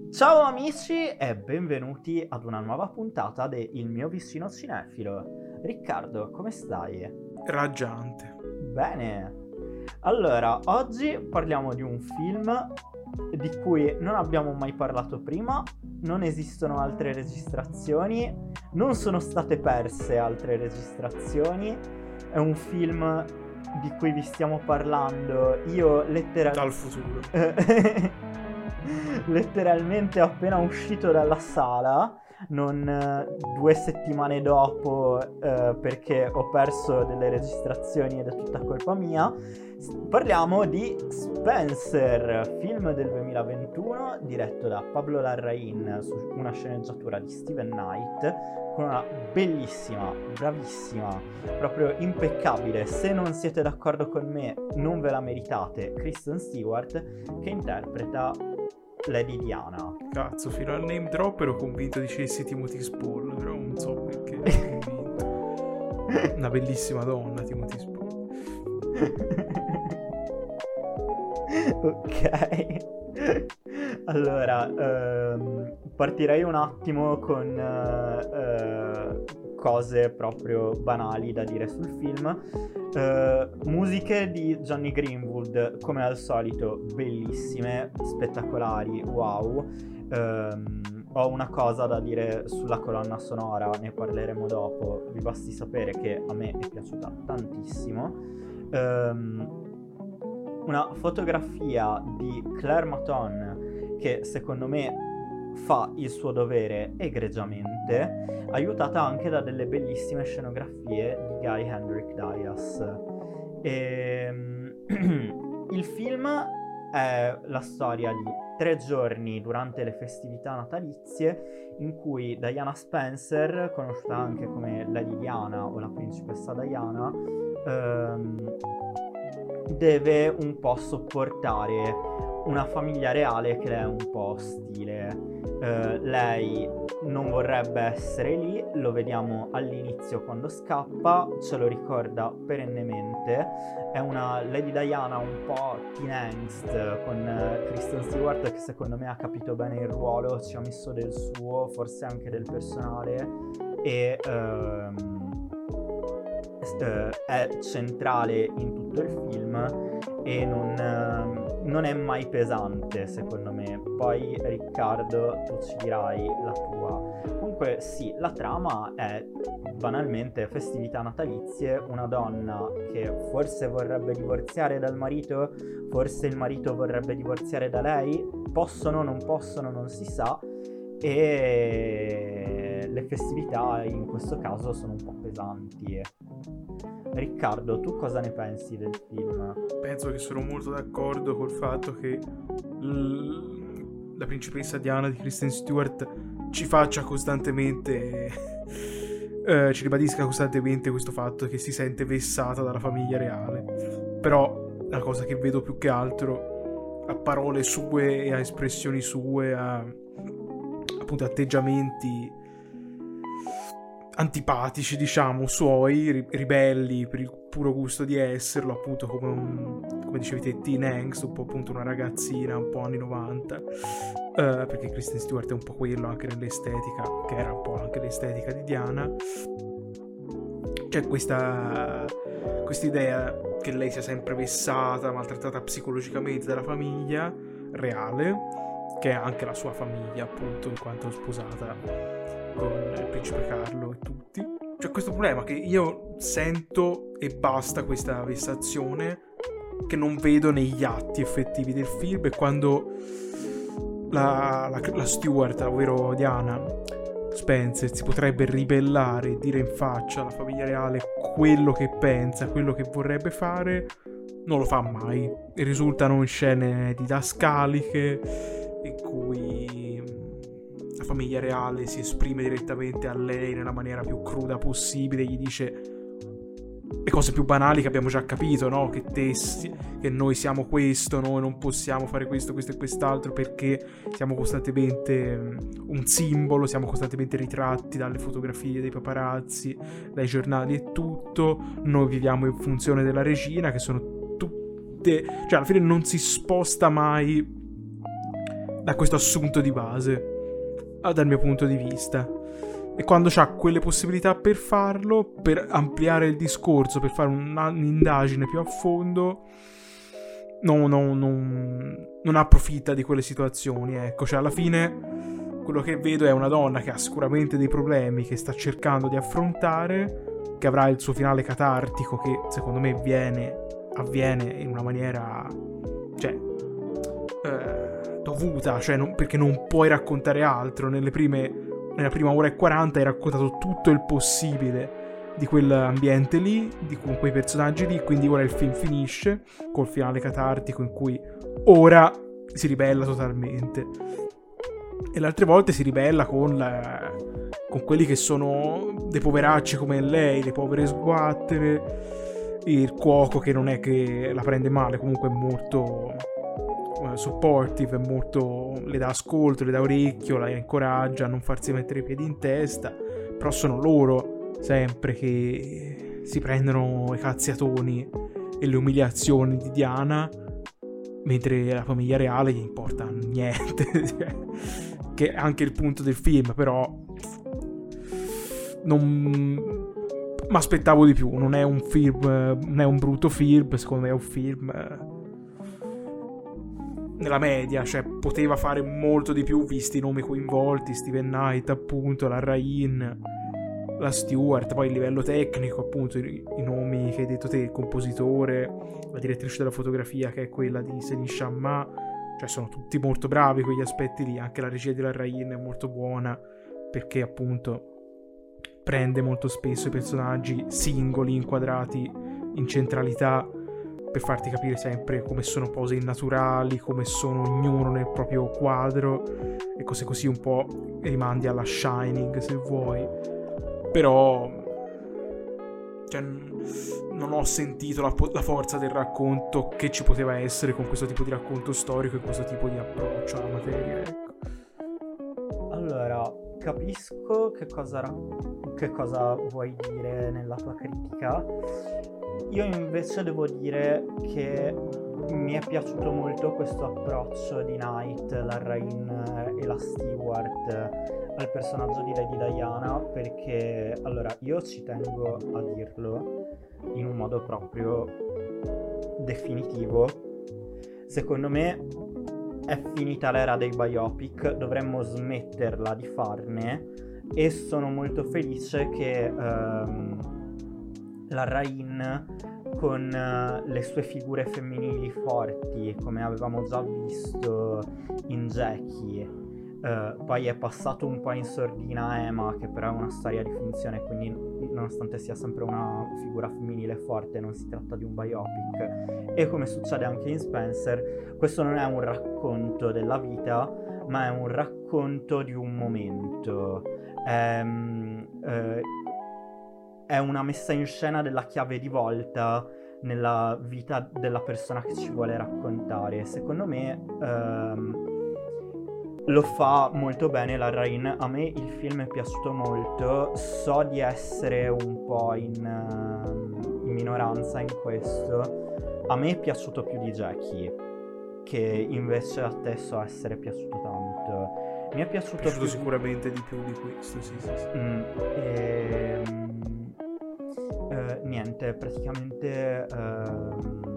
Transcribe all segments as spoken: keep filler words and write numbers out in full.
Ciao amici e benvenuti ad una nuova puntata de Il mio vicino cinefilo. Riccardo, come stai? Raggiante. Bene. Allora, oggi parliamo di un film di cui non abbiamo mai parlato prima, non esistono altre registrazioni, non sono state perse altre registrazioni, è un film di cui vi stiamo parlando io letteralmente... Dal futuro. letteralmente appena uscito dalla sala, non eh, due settimane dopo, eh, perché ho perso delle registrazioni ed è tutta colpa mia. S- Parliamo di Spencer, film del duemilaventuno diretto da Pablo Larraín su una sceneggiatura di Steven Knight, con una bellissima, bravissima, proprio impeccabile, se non siete d'accordo con me non ve la meritate, Kristen Stewart, che interpreta Lady Diana. Cazzo, fino al name drop ero convinto dicessi Timothy Spall, però non so perché ero convinto. Una bellissima donna, Timothy Spall. Ok. Allora, ehm, partirei un attimo con eh, cose proprio banali da dire sul film. Eh, musiche di Johnny Greenwood, come al solito, bellissime, spettacolari, wow. Ehm, ho una cosa da dire sulla colonna sonora, ne parleremo dopo. Vi basti sapere che a me è piaciuta tantissimo. Ehm, una fotografia di Claire Maton che secondo me fa il suo dovere egregiamente, aiutata anche da delle bellissime scenografie di Guy Hendrik Dias. E... il film è la storia di tre giorni durante le festività natalizie in cui Diana Spencer, conosciuta anche come Lady Diana o la principessa Diana, ehm, deve un po' sopportare una famiglia reale che le è un po' ostile. Uh, lei non vorrebbe essere lì, lo vediamo all'inizio quando scappa, ce lo ricorda perennemente. È una Lady Diana un po' teen angst, con uh, Kristen Stewart che secondo me ha capito bene il ruolo, ci ha messo del suo, forse anche del personale, e uh, Uh, è centrale in tutto il film e non, uh, non è mai pesante secondo me. Poi Riccardo, tu ci dirai la tua. Comunque sì, la trama è banalmente festività natalizie, una donna che forse vorrebbe divorziare dal marito, forse il marito vorrebbe divorziare da lei, possono, non possono, non si sa, e le festività in questo caso sono un po' pesanti. Riccardo, tu cosa ne pensi del film? Penso che sono molto d'accordo col fatto che l- la principessa Diana di Kristen Stewart ci faccia costantemente eh, ci ribadisca costantemente questo fatto che si sente vessata dalla famiglia reale. Però la cosa che vedo più che altro a parole sue e a espressioni sue, a appunto atteggiamenti antipatici, diciamo, suoi, ri- ribelli per il puro gusto di esserlo, appunto come un, come dicevi te, teen angst, un po' appunto una ragazzina, un po' anni novanta, uh, perché Kristen Stewart è un po' quello anche nell'estetica, che era un po' anche l'estetica di Diana. C'è questa questa idea che lei sia sempre vessata, maltrattata psicologicamente dalla famiglia reale, che è anche la sua famiglia, appunto, in quanto sposata con il principe Carlo e tutti. C'è questo problema che io sento e basta questa vessazione che non vedo negli atti effettivi del film, e quando la, la, la Stewart, ovvero Diana Spencer, si potrebbe ribellare e dire in faccia alla famiglia reale quello che pensa, quello che vorrebbe fare, non lo fa mai, e risultano in scene didascaliche in cui la famiglia reale si esprime direttamente a lei nella maniera più cruda possibile, gli dice le cose più banali che abbiamo già capito, no? Che te, che noi siamo questo, noi non possiamo fare questo, questo e quest'altro perché siamo costantemente un simbolo, siamo costantemente ritratti dalle fotografie dei paparazzi, dai giornali e tutto, noi viviamo in funzione della regina, che sono tutte, cioè alla fine non si sposta mai da questo assunto di base, dal mio punto di vista. E quando c'ha quelle possibilità per farlo, per ampliare il discorso, per fare un'indagine più a fondo, no, no, non, non approfitta di quelle situazioni, ecco. Cioè, alla fine quello che vedo è una donna che ha sicuramente dei problemi, che sta cercando di affrontare, che avrà il suo finale catartico, che secondo me viene, avviene in una maniera, cioè, eh, dovuta, cioè non, perché non puoi raccontare altro. Nelle prime, nella prima ora e quaranta hai raccontato tutto il possibile di quell'ambiente lì, di con quei personaggi lì, quindi ora il film finisce col finale catartico in cui ora si ribella totalmente. E le altre volte si ribella con, la, con quelli che sono dei poveracci come lei, le povere sguattere, il cuoco che non è che la prende male, comunque è molto uh, supportive, è molto, le dà ascolto, le dà orecchio, la incoraggia a non farsi mettere i piedi in testa, però sono loro sempre che si prendono i cazziatoni e le umiliazioni di Diana, mentre la famiglia reale gli importa niente. Che è anche il punto del film, però non mi aspettavo di più. Non è un film, non è un brutto film, secondo me è un film nella media, cioè poteva fare molto di più visti i nomi coinvolti, Steven Knight appunto, la Rain, la Stewart, poi il livello tecnico appunto, i, i nomi che hai detto te, il compositore, la direttrice della fotografia che è quella di Céline Sciamma, cioè sono tutti molto bravi quegli aspetti lì. Anche la regia della Rain è molto buona, perché appunto prende molto spesso i personaggi singoli inquadrati in centralità per farti capire sempre come sono pose innaturali, come sono ognuno nel proprio quadro, e cose così, un po' rimandi alla Shining se vuoi. Però cioè, non ho sentito la, la forza del racconto che ci poteva essere con questo tipo di racconto storico e questo tipo di approccio alla materia, ecco. Allora, capisco che cosa, ra- che cosa vuoi dire nella tua critica. Io invece devo dire che mi è piaciuto molto questo approccio di Knight, la Rain e la Stewart al personaggio di Lady Diana, perché allora io ci tengo a dirlo in un modo proprio definitivo. Secondo me è finita l'era dei biopic, dovremmo smetterla di farne, e sono molto felice che ehm, la Rain, con uh, le sue figure femminili forti, come avevamo già visto in Jackie, uh, poi è passato un po' in sordina Emma, che però è una storia di finzione, quindi nonostante sia sempre una figura femminile forte non si tratta di un biopic, e come succede anche in Spencer, questo non è un racconto della vita, ma è un racconto di un momento. Um, uh, È una messa in scena della chiave di volta nella vita della persona che ci vuole raccontare. Secondo me ehm, lo fa molto bene la Rain. A me il film è piaciuto molto. So di essere un po' in, uh, in minoranza in questo. A me è piaciuto più di Jackie, che invece a te so essere piaciuto tanto. Mi è piaciuto, è piaciuto più... sicuramente di più di questo, sì, sì, sì. Mm, e... Uh, niente, praticamente uh,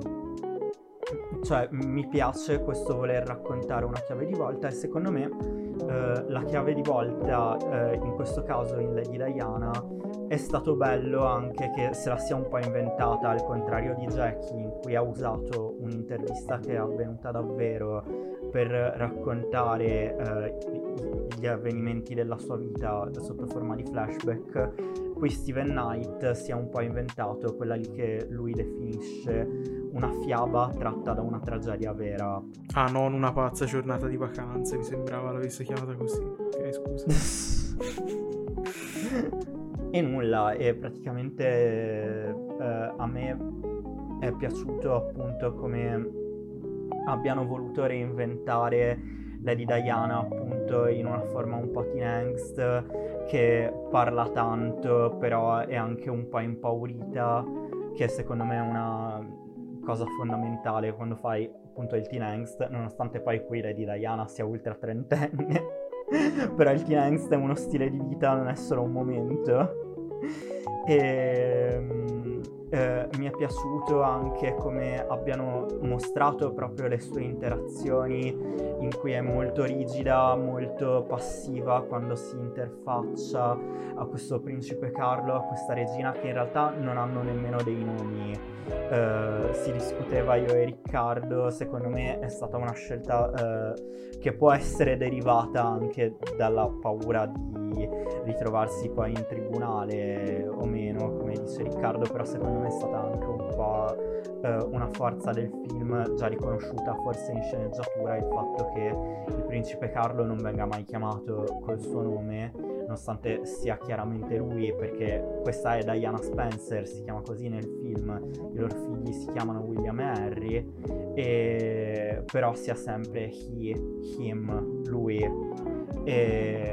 cioè mi piace questo voler raccontare una chiave di volta, e secondo me uh, la chiave di volta uh, in questo caso in Lady Diana è stato bello anche che se la sia un po' inventata, al contrario di Jackie in cui ha usato un'intervista che è avvenuta davvero per raccontare uh, gli avvenimenti della sua vita sotto forma di flashback. Qui Steven Knight si è un po' inventato quella lì che lui definisce una fiaba tratta da una tragedia vera. Ah, non una pazza giornata di vacanze, mi sembrava l'avesse chiamata così. Ok, scusa. E nulla, e praticamente eh, a me è piaciuto appunto come abbiano voluto reinventare Lady Diana appunto in una forma un po' teen angst, che parla tanto però è anche un po' impaurita, che secondo me è una cosa fondamentale quando fai appunto il teen angst, nonostante poi qui Lady Diana sia ultra trentenne, però il teen angst è uno stile di vita, non è solo un momento. E eh, mi è piaciuto anche come abbiano mostrato proprio le sue interazioni, in cui è molto rigida, molto passiva quando si interfaccia a questo principe Carlo, a questa regina, che in realtà non hanno nemmeno dei nomi. Eh, si discuteva io e Riccardo, secondo me è stata una scelta eh, che può essere derivata anche dalla paura di ritrovarsi poi in tribunale o meno, come dice Riccardo, però secondo me è stata anche un po' eh, una forza del film, già riconosciuta forse in sceneggiatura, il fatto che il principe Carlo non venga mai chiamato col suo nome, nonostante sia chiaramente lui, perché questa è Diana Spencer, si chiama così nel film, i loro figli si chiamano William e Harry, e però sia sempre he, him, lui, e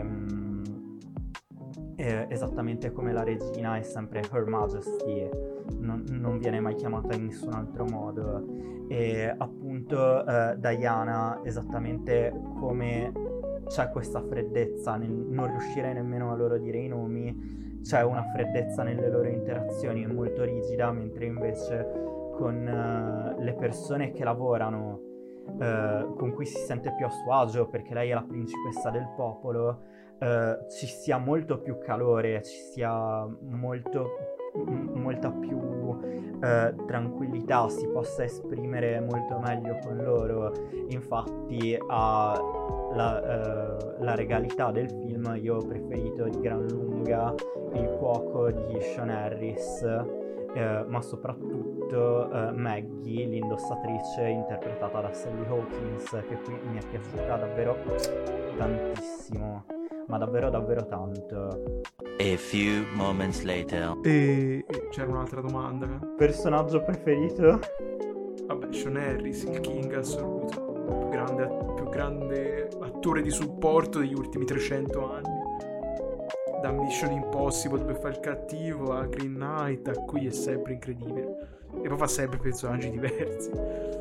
Eh, esattamente come la regina è sempre Her Majesty, non, non viene mai chiamata in nessun altro modo. E appunto eh, Diana, esattamente come c'è questa freddezza nel non riuscire nemmeno a loro dire i nomi, c'è una freddezza nelle loro interazioni, è molto rigida, mentre invece con eh, le persone che lavorano, eh, con cui si sente più a suo agio, perché lei è la principessa del popolo, Uh, ci sia molto più calore, ci sia molto, m- molta più uh, tranquillità, si possa esprimere molto meglio con loro. Infatti a la, uh, la regalità del film io ho preferito di gran lunga il cuoco di Sean Harris, uh, ma soprattutto uh, Maggie, l'indossatrice interpretata da Sally Hawkins, che qui mi è piaciuta davvero tantissimo, ma davvero davvero tanto. A few moments later. E c'era un'altra domanda. Personaggio preferito? Vabbè, Sean Harris, il king assoluto, più grande, più grande attore di supporto degli ultimi trecento anni. Da Mission Impossible dove fa il cattivo a Green Knight, a qui è sempre incredibile. E poi fa sempre personaggi diversi.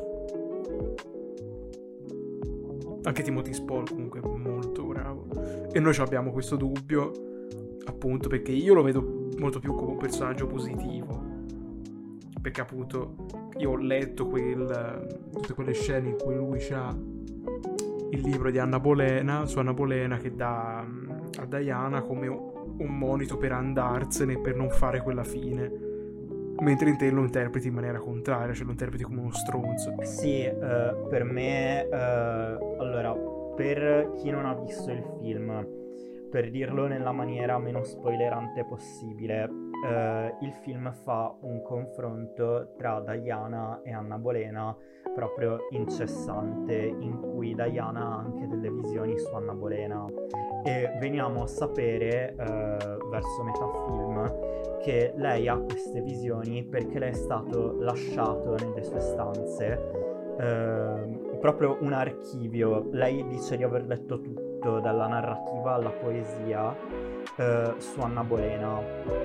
Anche Timothy Spall comunque è molto bravo. E noi abbiamo questo dubbio, appunto, perché io lo vedo molto più come un personaggio positivo. Perché appunto io ho letto quel, tutte quelle scene in cui lui ha il libro di Anna Bolena, su Anna Bolena, che dà a Diana come un monito per andarsene, per non fare quella fine. Mentre in te lo interpreti in maniera contraria, cioè lo interpreti come uno stronzo. Sì, uh, per me, uh, allora, per chi non ha visto il film, per dirlo nella maniera meno spoilerante possibile, uh, il film fa un confronto tra Diana e Anna Bolena proprio incessante, in cui Diana ha anche delle visioni su Anna Bolena, e veniamo a sapere uh, verso metà film che lei ha queste visioni perché le è stato lasciato nelle sue stanze eh, proprio un archivio. Lei dice di aver letto tutto, dalla narrativa alla poesia, eh, su Anna Bolena,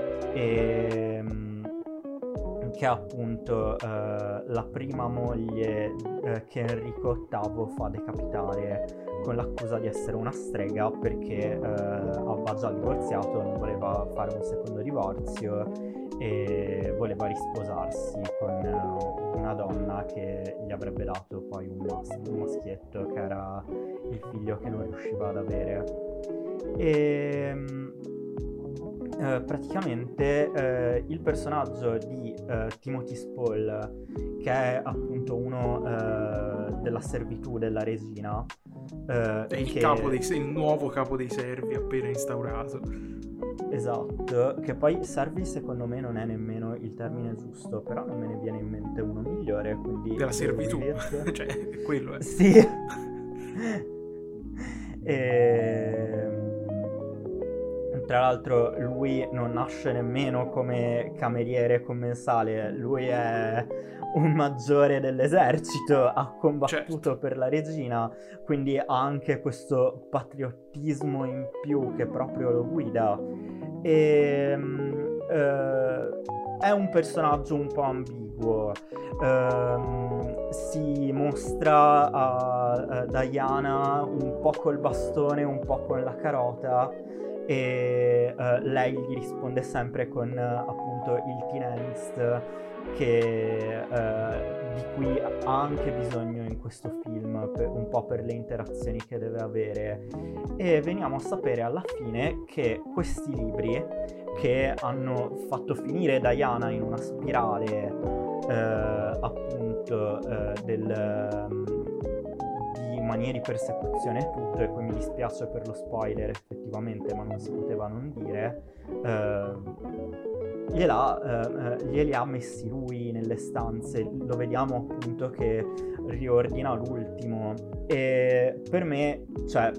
e che è appunto eh, la prima moglie eh, che Enrico ottavo fa decapitare con l'accusa di essere una strega, perché eh, aveva già divorziato, non voleva fare un secondo divorzio e voleva risposarsi con eh, una donna che gli avrebbe dato poi un, mas- un maschietto, che era il figlio che non riusciva ad avere. E eh, praticamente eh, il personaggio di eh, Timothy Spall, che è appunto uno eh, della servitù della regina, Uh, è il, che... capo dei, il nuovo capo dei servi appena instaurato. Esatto, che poi servi secondo me non è nemmeno il termine giusto, però non me ne viene in mente uno migliore, quindi... Della servitù, cioè quello è. Sì. E... tra l'altro lui non nasce nemmeno come cameriere commensale, lui è un maggiore dell'esercito, ha combattuto certo. per la regina, quindi ha anche questo patriottismo in più che proprio lo guida. E eh, è un personaggio un po' ambiguo. Um, si mostra a, a Diana un po' col bastone, un po' con la carota, e uh, lei gli risponde sempre con uh, appunto il teen angst che, uh, di cui ha anche bisogno in questo film, per, un po' per le interazioni che deve avere. E veniamo a sapere alla fine che questi libri, che hanno fatto finire Diana in una spirale uh, appunto uh, del... Um, manie di persecuzione e tutto, e poi mi dispiace per lo spoiler effettivamente, ma non si poteva non dire, eh, gliela, eh, glieli ha messi lui nelle stanze. Lo vediamo appunto che riordina l'ultimo, e per me, cioè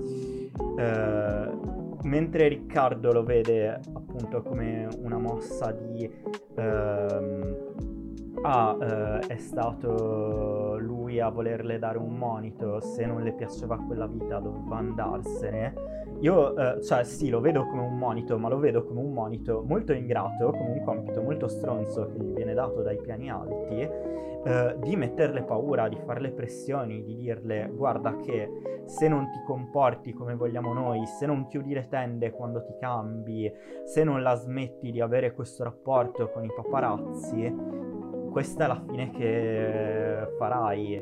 eh, mentre Riccardo lo vede appunto come una mossa di ehm, ah, eh, è stato lui a volerle dare un monito, se non le piaceva quella vita doveva andarsene. Io, eh, cioè sì, lo vedo come un monito, ma lo vedo come un monito molto ingrato, come un compito molto stronzo che gli viene dato dai piani alti, eh, di metterle paura, di farle pressioni, di dirle: guarda che se non ti comporti come vogliamo noi, se non chiudi le tende quando ti cambi, se non la smetti di avere questo rapporto con i paparazzi, questa è la fine che farai.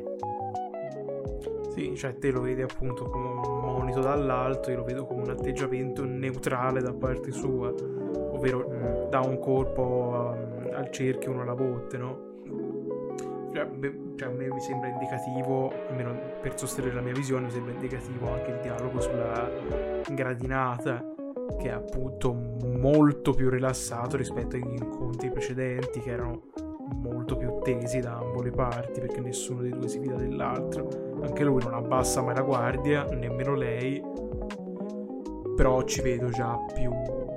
Sì, cioè te lo vedi appunto come un monito dall'alto, io lo vedo come un atteggiamento neutrale da parte sua, ovvero mm. dà un colpo um, al cerchio, uno alla botte, no? Cioè, beh, cioè a me mi sembra indicativo, almeno per sostenere la mia visione, mi sembra indicativo anche il dialogo sulla gradinata, che è appunto molto più rilassato rispetto agli incontri precedenti, che erano molto più tesi da ambo le parti, perché nessuno dei due si fida dell'altro. Anche lui non abbassa mai la guardia, nemmeno lei, però ci vedo già più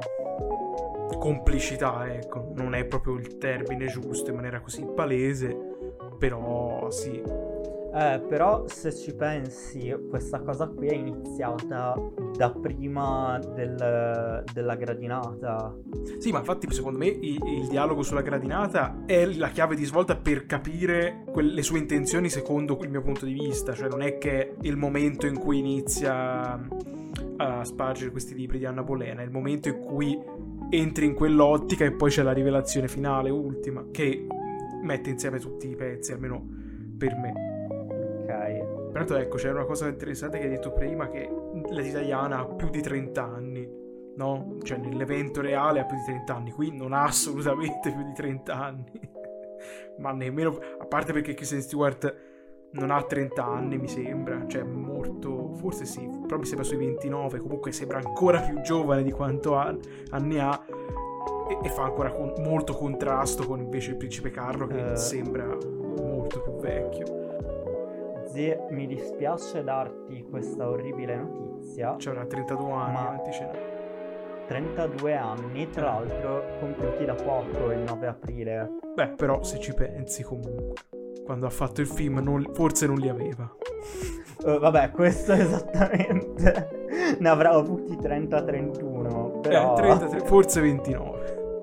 complicità, ecco. Non è proprio il termine giusto in maniera così palese, però sì. Eh, però se ci pensi, questa cosa qui è iniziata da prima del, della gradinata. Sì, ma infatti secondo me il, il dialogo sulla gradinata è la chiave di svolta per capire que- le sue intenzioni secondo il mio punto di vista. Cioè non è che il momento in cui inizia a spargere questi libri di Anna Bolena, è il momento in cui entri in quell'ottica e poi c'è la rivelazione finale, ultima, che mette insieme tutti i pezzi, almeno per me. Peraltro ecco, c'era una cosa interessante che hai detto prima, che la Diana ha più di trenta anni, no? Cioè nell'evento reale ha più di trenta anni, qui non ha assolutamente più di trenta anni. Ma nemmeno, a parte perché Kristen Stewart non ha trenta anni, mi sembra, cioè è morto, forse sì, però mi sembra sui ventinove, comunque sembra ancora più giovane di quanto ha, anni ha, e, e fa ancora con, molto contrasto con invece il principe Carlo, che uh. sembra molto più vecchio. Zì, mi dispiace darti questa orribile notizia. Cioè avrà trentadue anni, ma trentadue anni, tra l'altro compiuti da poco, il nove aprile. Beh, però se ci pensi comunque, quando ha fatto il film non, forse non li aveva. uh, Vabbè, questo esattamente ne avrà avuti trenta trentuno, però... Eh, trenta, forse ventinove.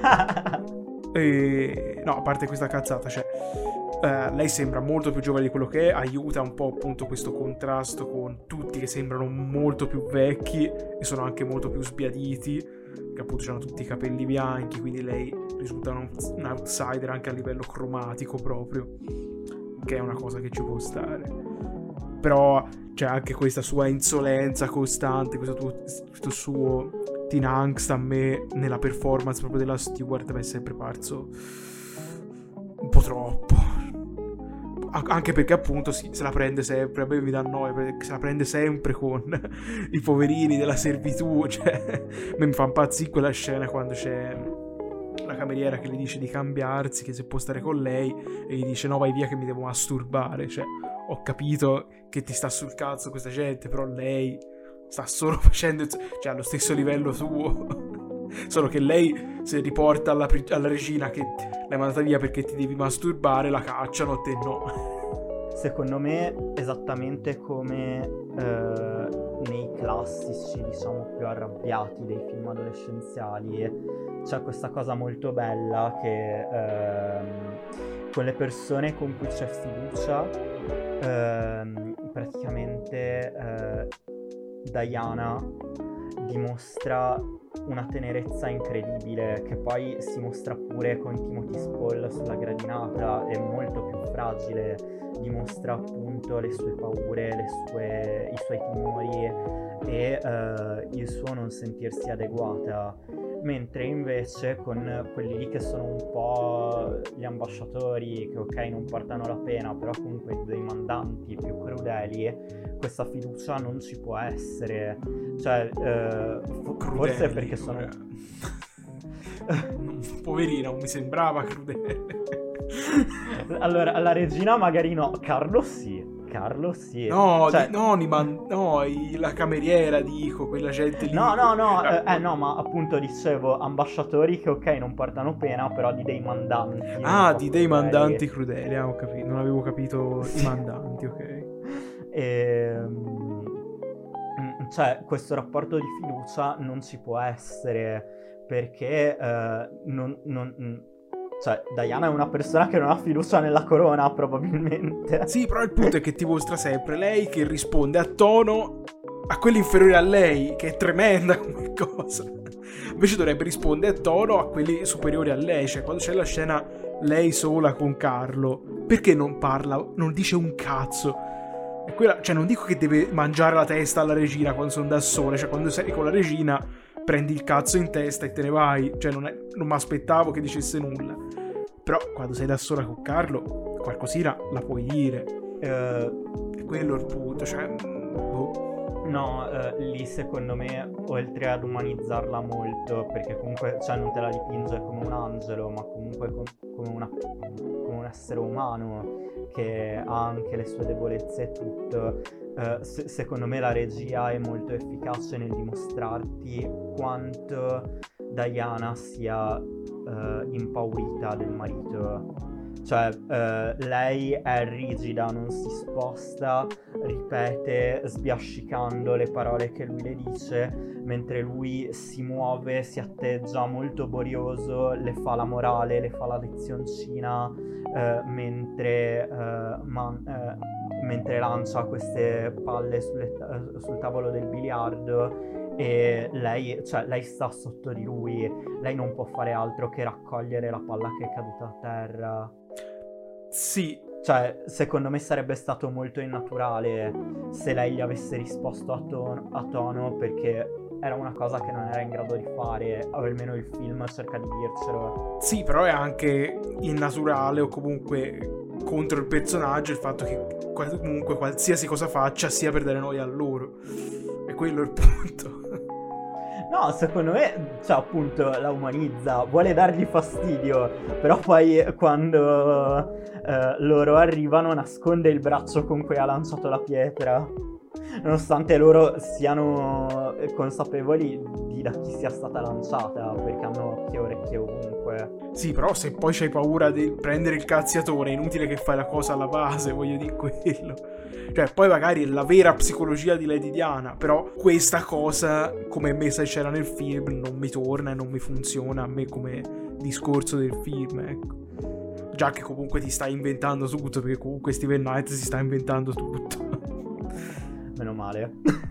E... no, a parte questa cazzata, cioè Uh, lei sembra molto più giovane di quello che è, aiuta un po' appunto questo contrasto con tutti che sembrano molto più vecchi e sono anche molto più sbiaditi, che appunto hanno tutti i capelli bianchi, quindi lei risulta un, un outsider anche a livello cromatico proprio, che è una cosa che ci può stare. Però c'è anche questa sua insolenza costante, questo, tuo, questo suo teen angst, a me nella performance proprio della Stewart mi è sempre parso un po' troppo. Anche perché appunto sì, se la prende sempre, a me mi dà noia perché se la prende sempre con i poverini della servitù, cioè a me mi fa impazzire quella scena quando c'è la cameriera che le dice di cambiarsi, che se può stare con lei, e gli dice no vai via che mi devo masturbare. Cioè ho capito che ti sta sul cazzo questa gente, però lei sta solo facendo, cioè allo stesso livello suo. Solo che lei se riporta alla, alla regina che l'hai mandata via perché ti devi masturbare, la cacciano, te no. Secondo me esattamente come eh, nei classici, diciamo, più arrabbiati dei film adolescenziali, c'è questa cosa molto bella che, ehm, con le persone con cui c'è fiducia, ehm, praticamente eh, Diana dimostra una tenerezza incredibile, che poi si mostra pure con Timothy Spall sulla gradinata. È molto più fragile, dimostra appunto le sue paure, le sue, i suoi timori e eh, il suo non sentirsi adeguata. Mentre invece con quelli lì che sono un po' gli ambasciatori, che ok non portano la pena, però comunque dei mandanti più crudeli, questa fiducia non ci può essere. Cioè, eh, f- Crudeli, forse perché sono... Non, poverina, non mi sembrava crudele. Allora, la regina magari no, Carlo sì. Carlo sì. No, Cioè... di, no, ni man- no i- la cameriera, dico, quella gente lì. No, no, no, eh, eh, no, ma appunto dicevo ambasciatori che ok non portano pena, però di dei mandanti. Ah, un po' di dei crudeli. mandanti crudeli, ah, ho capito, non avevo capito i mandanti, ok. Ehm, cioè, questo rapporto di fiducia non ci può essere, perché eh, non, non, cioè, Diana è una persona che non ha fiducia nella corona, probabilmente. Sì, però il punto è che ti mostra sempre lei che risponde a tono a quelli inferiori a lei, che è tremenda come cosa. Invece dovrebbe rispondere a tono a quelli superiori a lei. Cioè, quando c'è la scena lei sola con Carlo, perché non parla, non dice un cazzo? E quella, cioè, non dico che deve mangiare la testa alla regina quando sono da sole. Cioè, quando sei con la regina prendi il cazzo in testa e te ne vai. Cioè, non, è, non mi aspettavo che dicesse nulla. Però quando sei da sola con Carlo, qualcosina la puoi dire. Uh, E quello è il punto. Cioè, boh. No, eh, lì secondo me, oltre ad umanizzarla molto, perché comunque, cioè, non te la dipinge come un angelo, ma comunque com- come, una, come un essere umano che ha anche le sue debolezze e tutto. Eh, se- secondo me la regia è molto efficace nel dimostrarti quanto Diana sia eh, impaurita del marito. Cioè, eh, lei è rigida, non si sposta, ripete sbiascicando le parole che lui le dice, mentre lui si muove, si atteggia molto borioso, le fa la morale, le fa la lezioncina, eh, mentre, eh, man- eh, mentre lancia queste palle sulle ta- sul tavolo del biliardo. E lei, cioè, lei sta sotto di lui, lei non può fare altro che raccogliere la palla che è caduta a terra. Sì. Cioè, secondo me sarebbe stato molto innaturale se lei gli avesse risposto a tono, a tono, perché era una cosa che non era in grado di fare, o almeno il film cerca di dircelo. Sì, però è anche innaturale o comunque contro il personaggio il fatto che comunque qualsiasi cosa faccia sia per dare noia a loro. E quello è il punto. No, secondo me, cioè, appunto, la umanizza, vuole dargli fastidio, però poi quando eh, loro arrivano nasconde il braccio con cui ha lanciato la pietra, nonostante loro siano consapevoli di da chi sia stata lanciata, perché hanno occhi e orecchie ovunque. Sì, però se poi c'hai paura di prendere il cazziatore, è inutile che fai la cosa alla base, voglio dire quello. Cioè, poi magari è la vera psicologia di Lady Diana, però questa cosa, come è messa in scena nel film, non mi torna e non mi funziona a me come discorso del film, ecco. Già che comunque ti stai inventando tutto, perché comunque Steven Knight si sta inventando tutto. Meno male.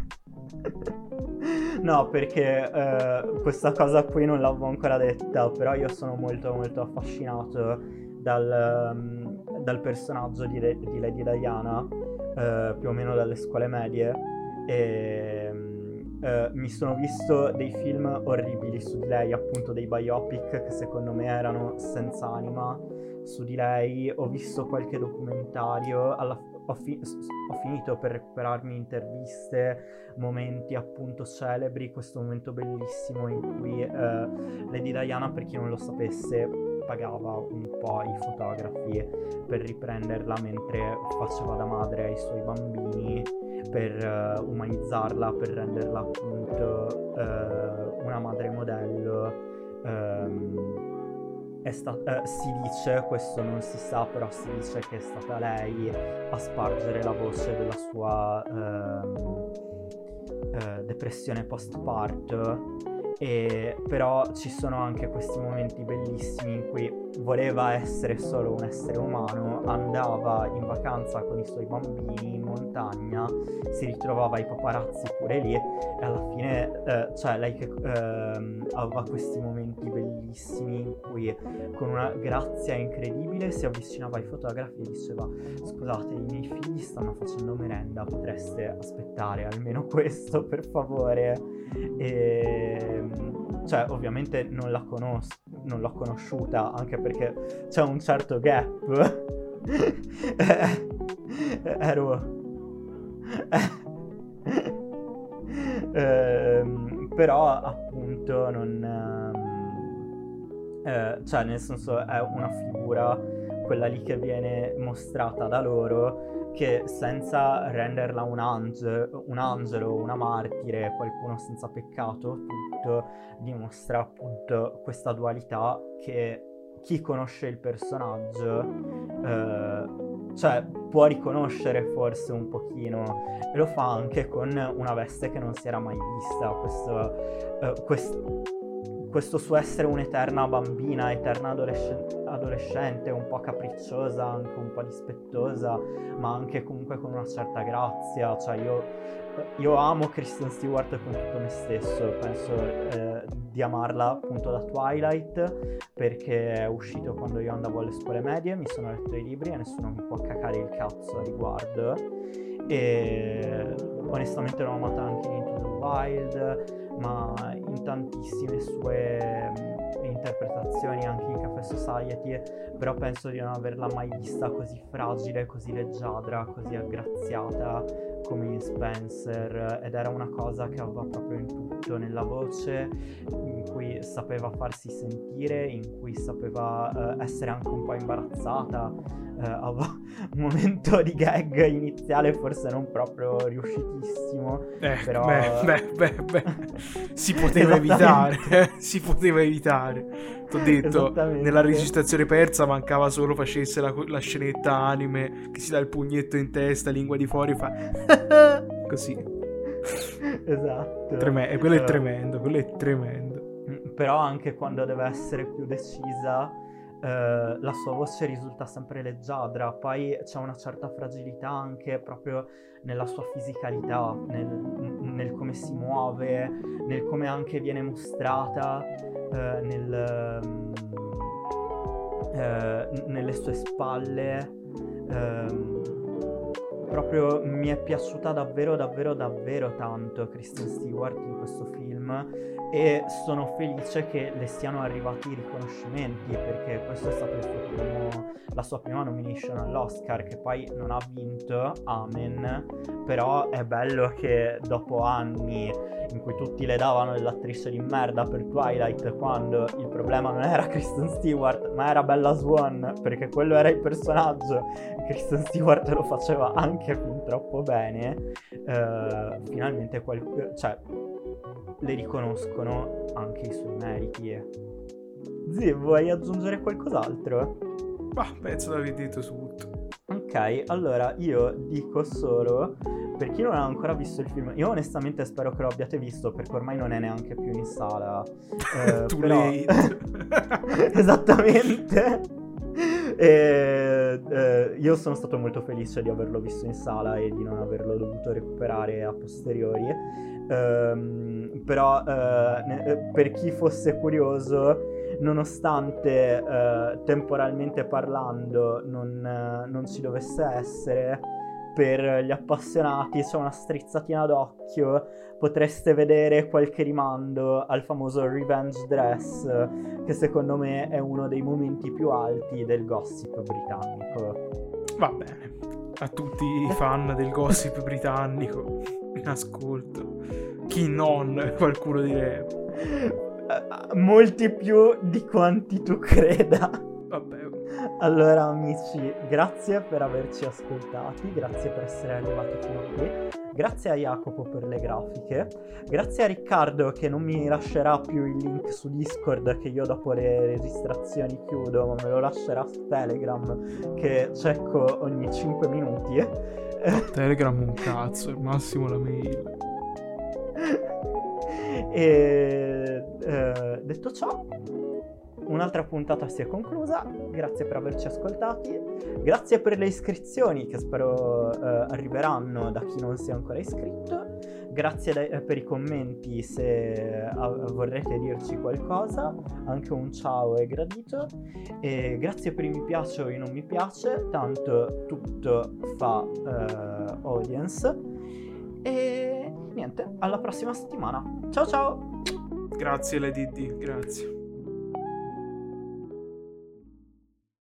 No, perché eh, questa cosa qui non l'avevo ancora detta, però io sono molto molto affascinato dal, um, dal personaggio di, Re- di Lady Diana, eh, più o meno dalle scuole medie, e eh, mi sono visto dei film orribili su di lei, appunto dei biopic che secondo me erano senza anima su di lei. Ho visto qualche documentario, alla Ho, fi- ho finito per recuperarmi interviste, momenti appunto celebri, questo momento bellissimo in cui eh, Lady Diana, per chi non lo sapesse, pagava un po' i fotografi per riprenderla mentre faceva da madre ai suoi bambini, per uh, umanizzarla, per renderla appunto uh, una madre modello. Um, È sta- eh, si dice, questo non si sa, però si dice che è stata lei a spargere la voce della sua ehm, eh, depressione post-parto, E però ci sono anche questi momenti bellissimi in cui voleva essere solo un essere umano, andava in vacanza con i suoi bambini in montagna, si ritrovava i paparazzi pure lì, e alla fine eh, cioè lei che ehm, aveva questi momenti bellissimi in cui con una grazia incredibile si avvicinava ai fotografi e diceva: scusate, i miei figli stanno facendo merenda, potreste aspettare almeno questo per favore. E cioè ovviamente non la conosco, non l'ho conosciuta, anche perché c'è un certo gap. ero ehm, però appunto non eh, cioè nel senso è una figura, quella lì che viene mostrata da loro, che senza renderla un angelo, un angelo, una martire, qualcuno senza peccato, tutto dimostra appunto questa dualità che chi conosce il personaggio eh, cioè può riconoscere forse un pochino, e lo fa anche con una veste che non si era mai vista, questo, eh, quest- questo suo essere un'eterna bambina, eterna adolescente, adolescente, un po' capricciosa, anche un po' dispettosa, ma anche comunque con una certa grazia. Cioè io, io amo Kristen Stewart con tutto me stesso, penso eh, di amarla appunto da Twilight, perché è uscito quando io andavo alle scuole medie, mi sono letto i libri e nessuno mi può cacare il cazzo a riguardo, e onestamente l'ho amata anche in Into the Wild, ma in tantissime sue um, interpretazioni anche in Café Society, però penso di non averla mai vista così fragile, così leggiadra, così aggraziata come in Spencer, ed era una cosa che aveva proprio in tutto, nella voce, in cui sapeva farsi sentire, in cui sapeva uh, essere anche un po' imbarazzata, uh, aveva un momento di gag iniziale forse non proprio riuscitissimo, eh, però beh, beh, beh, beh. si poteva evitare, si poteva evitare. T'ho detto, nella registrazione persa mancava solo facesse la, la scenetta anime che si dà il pugnetto in testa, lingua di fuori, fa così. Esatto. Treme- e quello è tremendo, quello è tremendo. Però anche quando deve essere più decisa, eh, la sua voce risulta sempre leggiadra. Poi c'è una certa fragilità anche proprio nella sua fisicalità, nel, nel come si muove, nel come anche viene mostrata, eh, nel, eh, nelle sue spalle. Eh, proprio mi è piaciuta davvero davvero davvero tanto Kristen Stewart in questo film, e sono felice che le siano arrivati i riconoscimenti, perché questo è stato il suo primo, la sua prima nomination all'Oscar, che poi non ha vinto, amen, però è bello che dopo anni in cui tutti le davano dell'attrice di merda per Twilight, quando il problema non era Kristen Stewart ma era Bella Swan, perché quello era il personaggio, Kristen Stewart lo faceva anche fin troppo bene, eh, finalmente qual- cioè le riconoscono anche i suoi meriti. Zì, vuoi aggiungere qualcos'altro? Ma penso di aver detto tutto. Ok, allora io dico solo, per chi non ha ancora visto il film, io onestamente spero che lo abbiate visto, perché ormai non è neanche più in sala. Eh, Too però... late. Esattamente. E, eh, io sono stato molto felice di averlo visto in sala e di non averlo dovuto recuperare a posteriori. Um, però uh, ne- per chi fosse curioso, nonostante uh, temporalmente parlando non, uh, non ci dovesse essere, per gli appassionati c'è una strizzatina d'occhio, potreste vedere qualche rimando al famoso revenge dress, che secondo me è uno dei momenti più alti del gossip britannico. Va bene, a tutti i fan del gossip britannico in ascolto, chi non, qualcuno direbbe. Uh, molti più di quanti tu creda. Vabbè. Allora amici, grazie per averci ascoltati, grazie per essere arrivati fino a qui, grazie a Jacopo per le grafiche, grazie a Riccardo che non mi lascerà più il link su Discord, che io dopo le registrazioni chiudo, ma me lo lascerà su Telegram, che cecco ogni cinque minuti. Telegram un cazzo, al massimo la mail. E detto ciò, un'altra puntata si è conclusa. Grazie per averci ascoltati, grazie per le iscrizioni che spero uh, arriveranno da chi non si è ancora iscritto, grazie da- per i commenti se uh, vorrete dirci qualcosa, anche un ciao è gradito, e grazie per i mi piace o i non mi piace, tanto tutto fa uh, audience. E niente, alla prossima settimana, ciao ciao. Grazie Lady D, grazie.